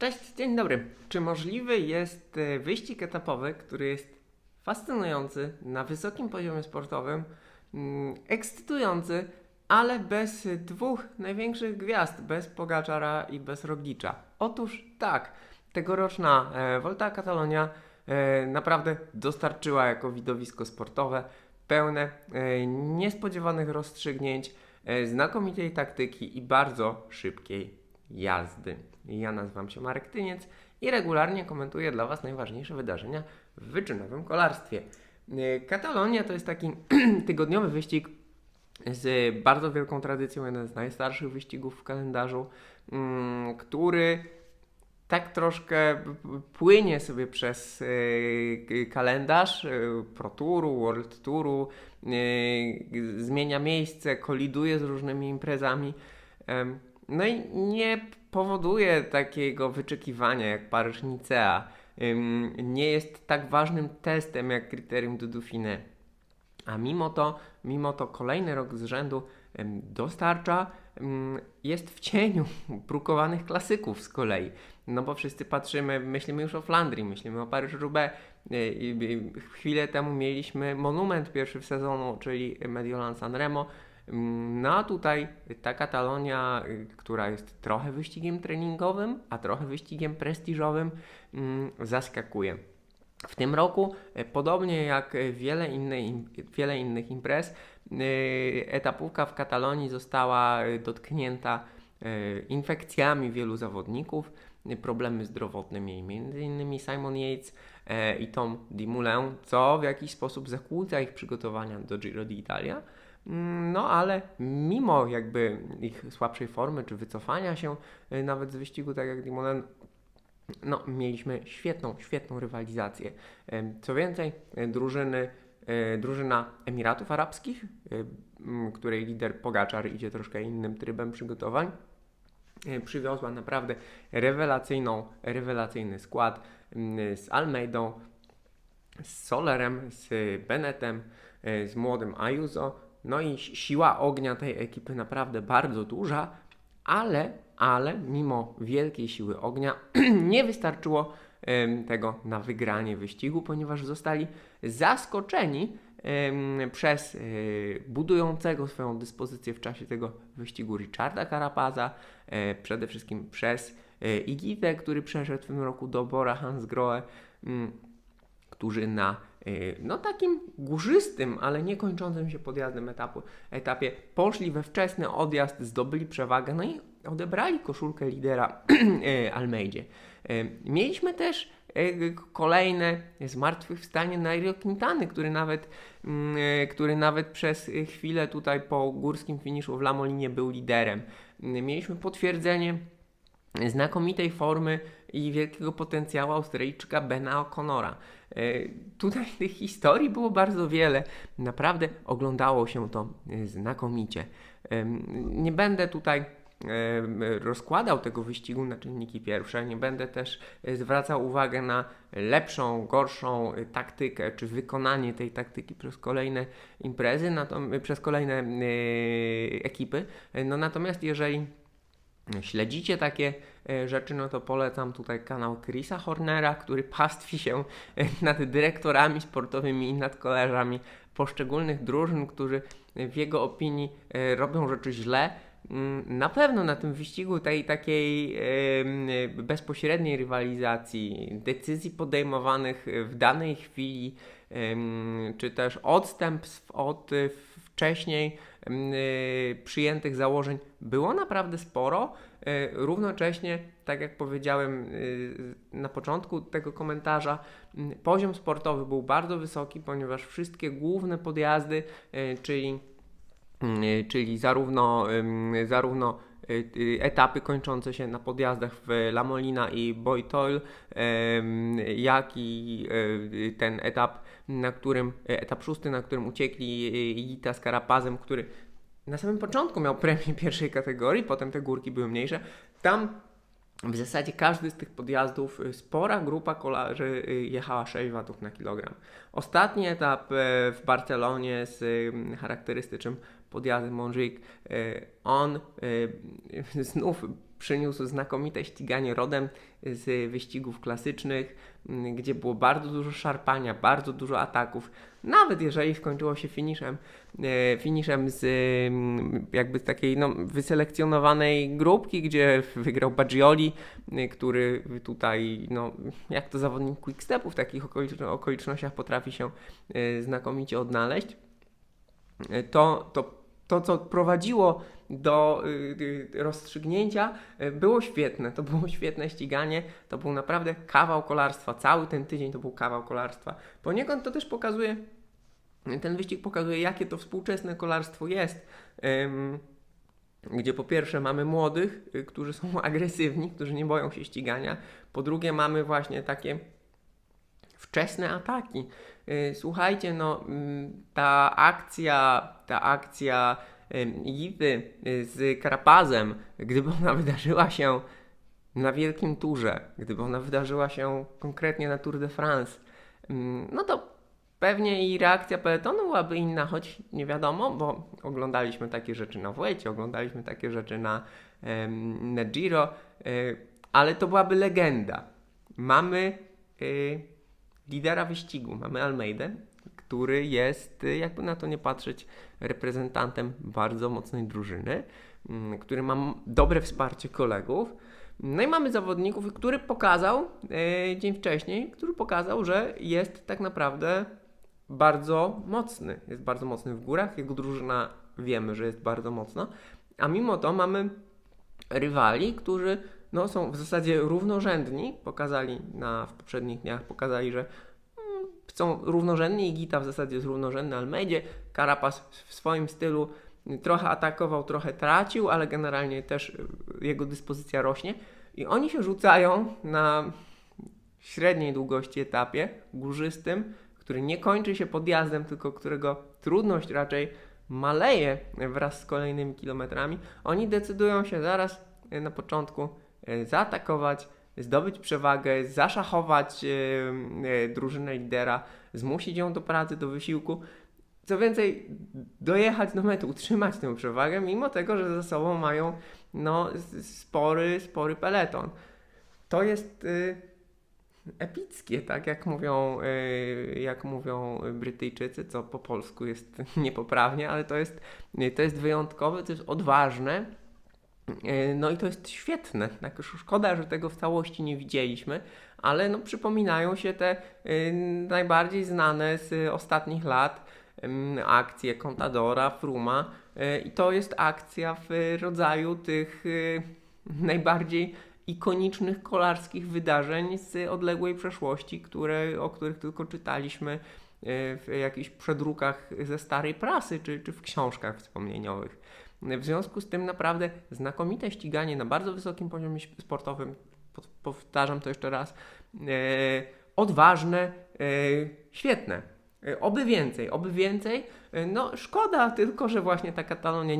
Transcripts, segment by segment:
Cześć, dzień dobry. Czy możliwy jest wyścig etapowy, który jest fascynujący, na wysokim poziomie sportowym, ekscytujący, ale bez dwóch największych gwiazd, bez Pogaczara i bez Roglicza? Otóż tak, tegoroczna Volta a Catalonia naprawdę dostarczyła jako widowisko sportowe pełne niespodziewanych rozstrzygnięć, znakomitej taktyki i bardzo szybkiej jazdy. Ja nazywam się Marek Tyniec i regularnie komentuję dla Was najważniejsze wydarzenia w wyczynowym kolarstwie. Katalonia to jest taki tygodniowy wyścig z bardzo wielką tradycją, jeden z najstarszych wyścigów w kalendarzu, który tak troszkę płynie sobie przez kalendarz Pro Touru, World Touru, zmienia miejsce, koliduje z różnymi imprezami. No i nie powoduje takiego wyczekiwania jak Paryż-Nicea. Nie jest tak ważnym testem jak kryterium du Dauphiné. A mimo to kolejny rok z rzędu dostarcza, jest w cieniu brukowanych klasyków z kolei. No bo wszyscy myślimy już o Flandrii, myślimy o Paryż-Roubaix. Chwilę temu mieliśmy monument pierwszy w sezonu, czyli Mediolan-San Remo. No a tutaj ta Katalonia, która jest trochę wyścigiem treningowym, a trochę wyścigiem prestiżowym, zaskakuje. W tym roku, podobnie jak wiele innych imprez, etapówka w Katalonii została dotknięta infekcjami wielu zawodników. Problemy zdrowotne mieli m.in. Simon Yates i Tom Dumoulin, co w jakiś sposób zakłóca ich przygotowania do Giro d'Italia. No ale mimo jakby ich słabszej formy czy wycofania się nawet z wyścigu, tak jak Dumoulin, no mieliśmy świetną rywalizację. Co więcej, drużyna Emiratów Arabskich, której lider Pogaczar idzie troszkę innym trybem przygotowań, przywiozła naprawdę rewelacyjny skład z Almeidą, z Solerem, z Bennettem, z młodym Ayuso. No i siła ognia tej ekipy naprawdę bardzo duża, ale mimo wielkiej siły ognia nie wystarczyło tego na wygranie wyścigu, ponieważ zostali zaskoczeni przez budującego swoją dyspozycję w czasie tego wyścigu Richarda Carapaza, przede wszystkim przez Igitę, który przeszedł w tym roku do Bora Hansgrohe, którzy na takim górzystym, ale nie kończącym się podjazdem etapie poszli we wczesny odjazd, zdobyli przewagę, no i odebrali koszulkę lidera Almeidzie. Mieliśmy też kolejne zmartwychwstanie Nairo Quintany, który nawet przez chwilę tutaj po górskim finiszu w La Molinie był liderem. Mieliśmy potwierdzenie znakomitej formy i wielkiego potencjału Australijczyka Bena O'Connora. Tutaj tych historii było bardzo wiele. Naprawdę oglądało się to znakomicie. Nie będę tutaj rozkładał tego wyścigu na czynniki pierwsze. Nie będę też zwracał uwagi na lepszą, gorszą taktykę, czy wykonanie tej taktyki przez kolejne imprezy, przez kolejne ekipy. No natomiast jeżeli śledzicie takie rzeczy, no to polecam tutaj kanał Chrisa Hornera, który pastwi się nad dyrektorami sportowymi i nad kolarzami poszczególnych drużyn, którzy w jego opinii robią rzeczy źle. Na pewno na tym wyścigu tej takiej bezpośredniej rywalizacji, decyzji podejmowanych w danej chwili, czy też odstępstw od wcześniej przyjętych założeń było naprawdę sporo. Równocześnie, tak jak powiedziałem na początku tego komentarza, poziom sportowy był bardzo wysoki, ponieważ wszystkie główne podjazdy, czyli zarówno etapy kończące się na podjazdach w La Molina i Boitoil, jak i ten etap szósty, na którym uciekli Igita z Carapazem, który na samym początku miał premię pierwszej kategorii, potem te górki były mniejsze. Tam w zasadzie każdy z tych podjazdów, spora grupa kolarzy jechała 6 watów na kilogram. Ostatni etap w Barcelonie z charakterystycznym podjazdem Montjuic, on znów przyniósł znakomite ściganie rodem z wyścigów klasycznych, gdzie było bardzo dużo szarpania, bardzo dużo ataków. Nawet jeżeli skończyło się finiszem z jakby z takiej wyselekcjonowanej grupki, gdzie wygrał Baggioli, który tutaj, jak to zawodnik Quick-Stepu w takich okolicznościach potrafi się znakomicie odnaleźć. To, co prowadziło do rozstrzygnięcia, było świetne. To było świetne ściganie. To był naprawdę kawał kolarstwa. Cały ten tydzień to był kawał kolarstwa. Poniekąd to też pokazuje, ten wyścig pokazuje, jakie to współczesne kolarstwo jest. Gdzie po pierwsze mamy młodych, którzy są agresywni, którzy nie boją się ścigania. Po drugie mamy właśnie takie wczesne ataki. Słuchajcie, ta akcja Igity z Carapazem, gdyby ona wydarzyła się na Wielkim Turze, gdyby ona wydarzyła się konkretnie na Tour de France, to pewnie i reakcja peletonu byłaby inna, choć nie wiadomo, bo oglądaliśmy takie rzeczy na Vuelcie, oglądaliśmy takie rzeczy na Giro, ale to byłaby legenda. Mamy lidera wyścigu, mamy Almeidę, który jest, jakby na to nie patrzeć, reprezentantem bardzo mocnej drużyny, który ma dobre wsparcie kolegów. No i mamy zawodników, który pokazał dzień wcześniej, że jest tak naprawdę bardzo mocny. Jest bardzo mocny w górach, jego drużyna wiemy, że jest bardzo mocna, a mimo to mamy rywali, którzy są w zasadzie równorzędni, w poprzednich dniach pokazali, że są równorzędni. Igita w zasadzie jest równorzędny Almeidzie. Carapaz w swoim stylu trochę atakował, trochę tracił, ale generalnie też jego dyspozycja rośnie. I oni się rzucają na średniej długości etapie górzystym, który nie kończy się podjazdem, tylko którego trudność raczej maleje wraz z kolejnymi kilometrami. Oni decydują się zaraz na początku zaatakować, zdobyć przewagę, zaszachować drużynę lidera, zmusić ją do pracy, do wysiłku. Co więcej, dojechać do mety, utrzymać tę przewagę, mimo tego, że za sobą mają spory peleton. To jest epickie, tak jak mówią Brytyjczycy, co po polsku jest niepoprawnie, ale to jest wyjątkowe, to jest odważne. I to jest świetne. Tak już szkoda, że tego w całości nie widzieliśmy, ale przypominają się te najbardziej znane z ostatnich lat akcje Contadora, Frooma i to jest akcja w rodzaju tych najbardziej ikonicznych kolarskich wydarzeń z odległej przeszłości, o których tylko czytaliśmy w jakichś przedrukach ze starej prasy czy w książkach wspomnieniowych. W związku z tym naprawdę znakomite ściganie na bardzo wysokim poziomie sportowym, powtarzam to jeszcze raz, odważne, świetne. Oby więcej. Szkoda tylko, że właśnie ta Katalonia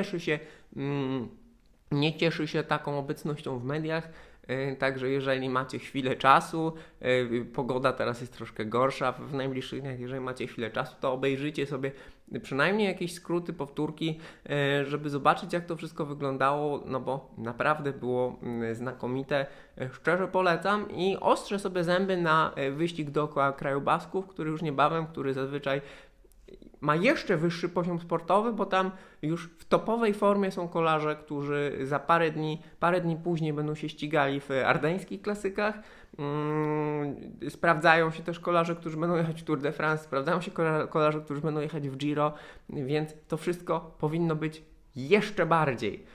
nie cieszy się taką obecnością w mediach. Także jeżeli macie chwilę czasu, pogoda teraz jest troszkę gorsza w najbliższych dniach, jeżeli macie chwilę czasu, to obejrzyjcie sobie przynajmniej jakieś skróty, powtórki, żeby zobaczyć, jak to wszystko wyglądało, bo naprawdę było znakomite. Szczerze polecam i ostrzę sobie zęby na wyścig dookoła kraju Basków, który zazwyczaj ma jeszcze wyższy poziom sportowy, bo tam już w topowej formie są kolarze, którzy za parę dni później będą się ścigali w ardeńskich klasykach. Sprawdzają się też kolarze, którzy będą jechać w Tour de France, sprawdzają się kolarze, którzy będą jechać w Giro, więc to wszystko powinno być jeszcze bardziej.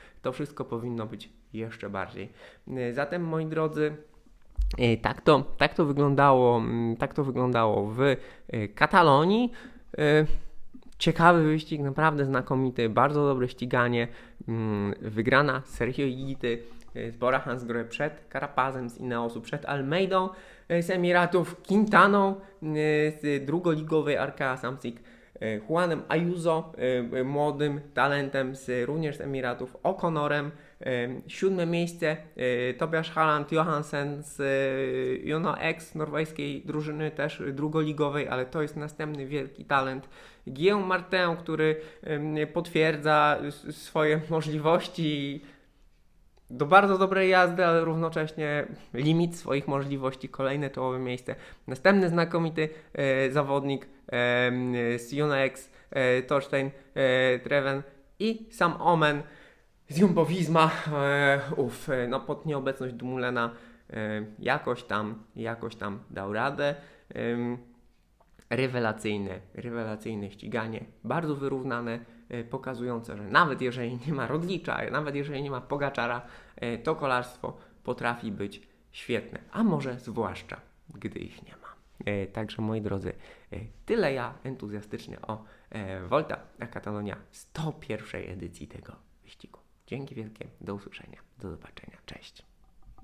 Zatem, moi drodzy, tak to wyglądało w Katalonii. Ciekawy wyścig, naprawdę znakomity, bardzo dobre ściganie, wygrana Sergio Higuity z Bora Hansgrohe przed Carapazem z Ineosu, przed Almeidą z Emiratów, Quintaną z drugoligowej Arkea Samsic, Juanem Ayuso, młodym talentem również z Emiratów, O'Connorem, 7. miejsce Tobias Halland Johansen z ex norweskiej drużyny, też drugoligowej, ale to jest następny wielki talent. Guillaume Martin, który potwierdza swoje możliwości do bardzo dobrej jazdy, ale równocześnie limit swoich możliwości, kolejne czołowe miejsce. Następny znakomity zawodnik Sionex, Thorstein Treven i sam Omen z Jumbo-Visma. No pod nieobecność Dumoulina jakoś tam dał radę. Rewelacyjne ściganie, bardzo wyrównane, pokazujące, że nawet jeżeli nie ma Rodlicza, nawet jeżeli nie ma Pogaczara, to kolarstwo potrafi być świetne, a może zwłaszcza, gdy ich nie ma. Także moi drodzy, tyle ja entuzjastycznie o Volta a Catalonia 101. edycji tego wyścigu. Dzięki wielkie, do usłyszenia, do zobaczenia, cześć.